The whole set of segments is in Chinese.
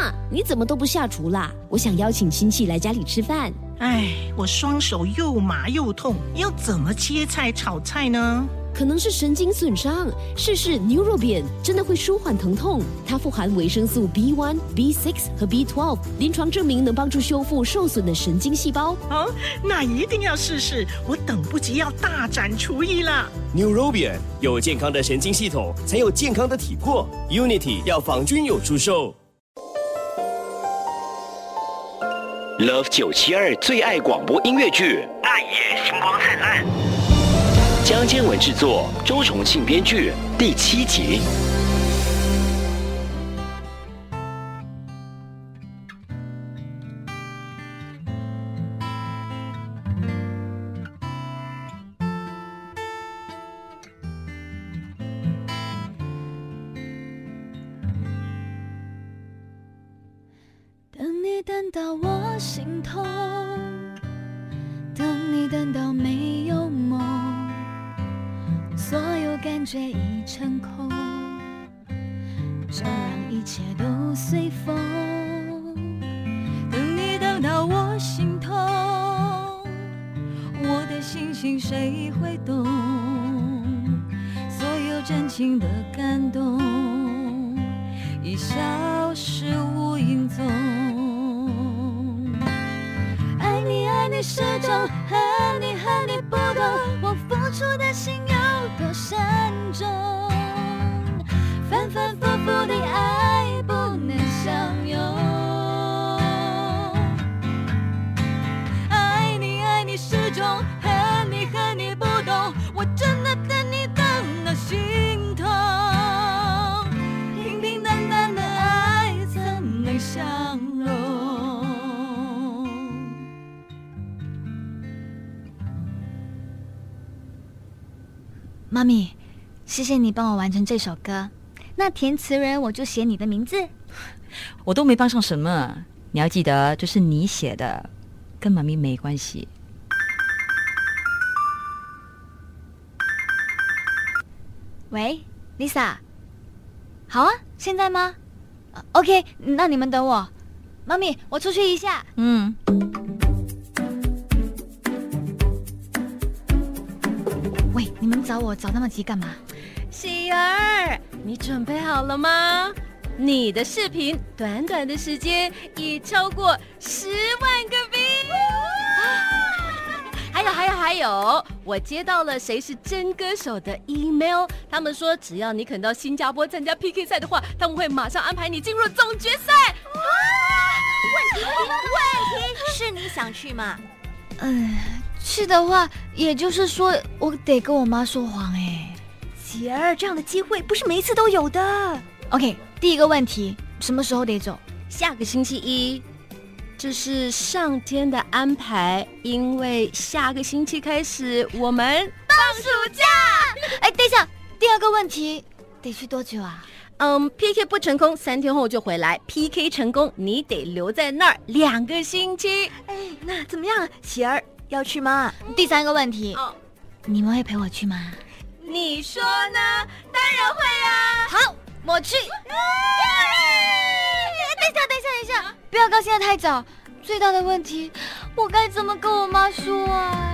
妈，你怎么都不下厨啦？我想邀请亲戚来家里吃饭。 我双手又麻又痛，要怎么切菜炒菜呢？ 可能是神经损伤，试试 Neurobion 真的会舒缓疼痛。它富含维生素 B1、B6 和 B12， 临床证明能帮助修复受损的神经细胞。 那一定要试试，我等不及要大展厨艺了。 Neurobion 有健康的神经系统，才有健康的体魄。Unity 药房均有出售。 Love 972最爱广播音乐剧《暗夜星光灿烂》，江坚文制作，周重庆编剧，第7集。 等你等到我心痛，等你等到没有梦，所有感觉已成空，就让一切都随风。等你等到我心痛，我的心情谁会懂？所有真情的感动已消失无影踪。爱你爱你始终，恨你恨你不懂，我付出的心有多深重？反反复复的爱不能相拥。爱你爱你始终，恨你恨你不懂，我真的等你等到心痛。平平淡淡的爱怎能相容？妈咪，谢谢你帮我完成这首歌，那填词人我就写你的名字。 我都没帮上什么，你要记得这是你写的，跟妈咪没关系。 喂 ，Lisa， 好啊，现在吗？OK， 那你们等我。妈咪，我出去一下。喂，你们找我找那么急干嘛？ 喜儿，你准备好了吗？你的视频短短的时间已超过10万个 V。还有，我接到了谁是真歌手的 email， 他们说只要你肯到新加坡参加 PK 赛的话，他们会马上安排你进入总决赛。 问题是你想去吗？ 去的话，也就是说我得跟我妈说谎。 喜儿，这样的机会不是每一次都有的。 OK， 第一个问题，什么时候得走？ 下个星期一。这是上天的安排，因为下个星期开始我们放暑假。 等一下，第二个问题，得去多久啊 ？PK 不成功，3天后就回来 ；PK 成功，你得留在那儿2个星期。 那怎么样？喜儿要去吗？ 第三个问题，你们会陪我去吗？ 你说呢？当然会啊！ 好，我去。等一下，不要高兴得太早。最大的问题，我该怎么跟我妈说啊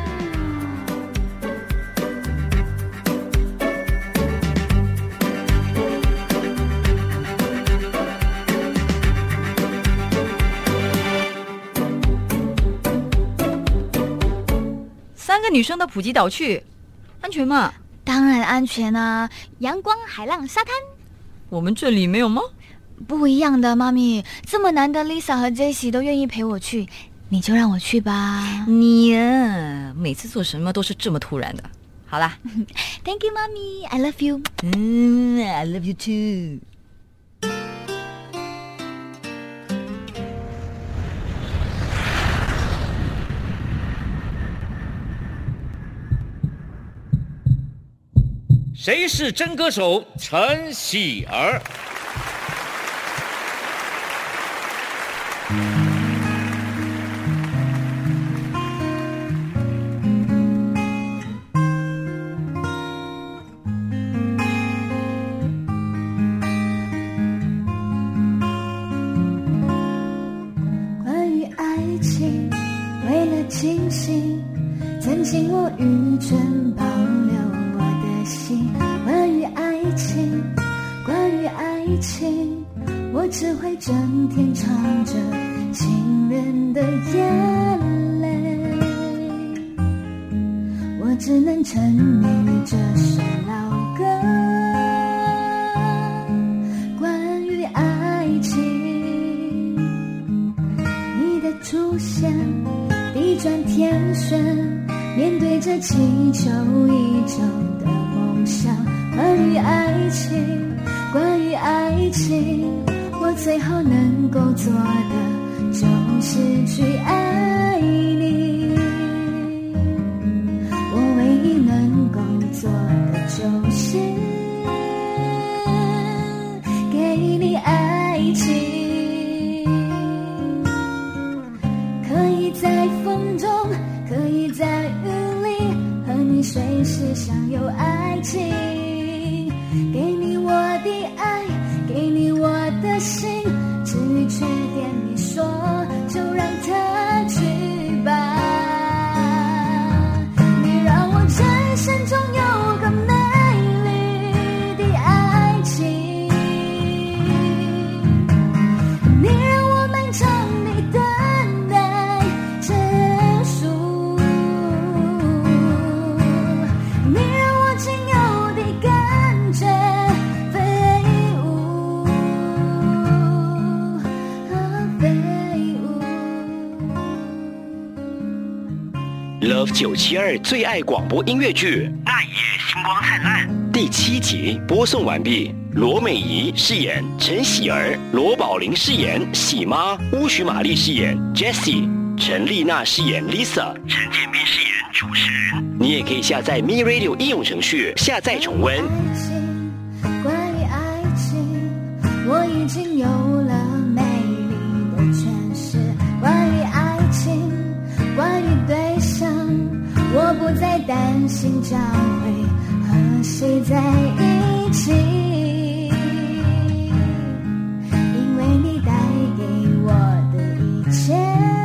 ？3个女生到普吉岛去，安全吗？ 当然安全啊，阳光、海浪、沙滩。 我们这里没有吗？ 不一样的，妈咪，这么难得 Lisa 和 Jessie 都愿意陪我去，你就让我去吧。 你每次做什么都是这么突然的。好啦 Thank you, 妈咪 I love you. I love you too. 谁是真歌手？陈喜儿。 清醒，曾经我愚蠢保留我的心。关于爱情，关于爱情，我只会整天唱着情人的眼泪，我只能沉迷于这首老歌。关于爱情，你的出现地转天旋，面对着祈求已久的梦想。关于爱情，关于爱情，我最后能够做的就是去爱你，我唯一能够做的就是给你爱情。可以在风中，可以在雨里，和你随时享有爱情。给你我的爱，给你我的心，至于缺点你说就让它去吧。你让我这一生中有个美丽的爱情，你让我漫长的等待结束，你让我仅有的感觉飞舞，飞舞。 Love 972最爱广播音乐剧《那夜星光灿烂》第7集播送完毕。罗美仪饰演陈喜儿，罗宝玲饰演喜妈，巫许玛丽饰演 Jessie， 陈丽娜饰演 Lisa， 陈建斌饰演主持人。你也可以下载 Me Radio 应用程序下载重温。 关于爱情，我已经有了美丽的诠释。关于爱情，关于对象，我不再担心将会和谁在一起，因为你带给我的一切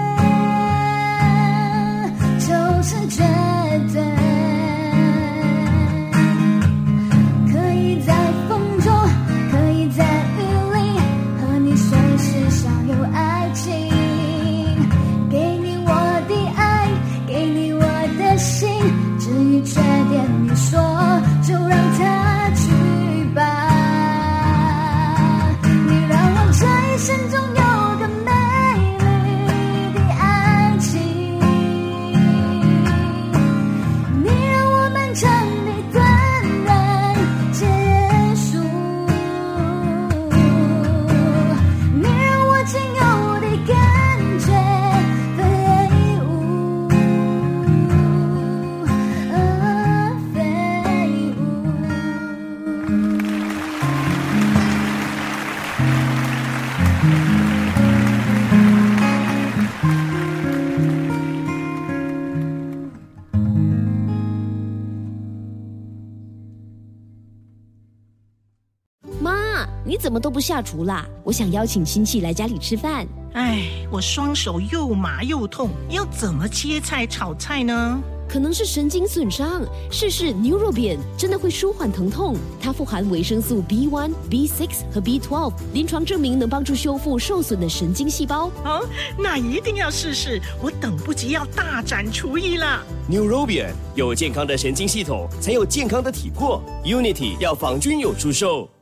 就是绝对。可以在风中，可以在雨里，和你随时享有爱情。给你我的爱，给你我的心，至于缺点你说就让它去吧。你让我这一生中有个美丽的爱情，你让我漫长的等待结束，你让我仅有的感觉飞舞，飞舞。 妈，你怎么都不下厨啦？我想邀请亲戚来家里吃饭。 哎，我双手又麻又痛，要怎么切菜炒菜呢？ 可能是神经损伤，试试 Neurobian 真的会舒缓疼痛。它富含维生素 B1、B6 和 B12， 临床证明能帮助修复受损的神经细胞。 哦，那一定要试试，我等不及要大展厨艺了。 Neurobian 有健康的神经系统，才有健康的体魄。Unity 要防菌有出售。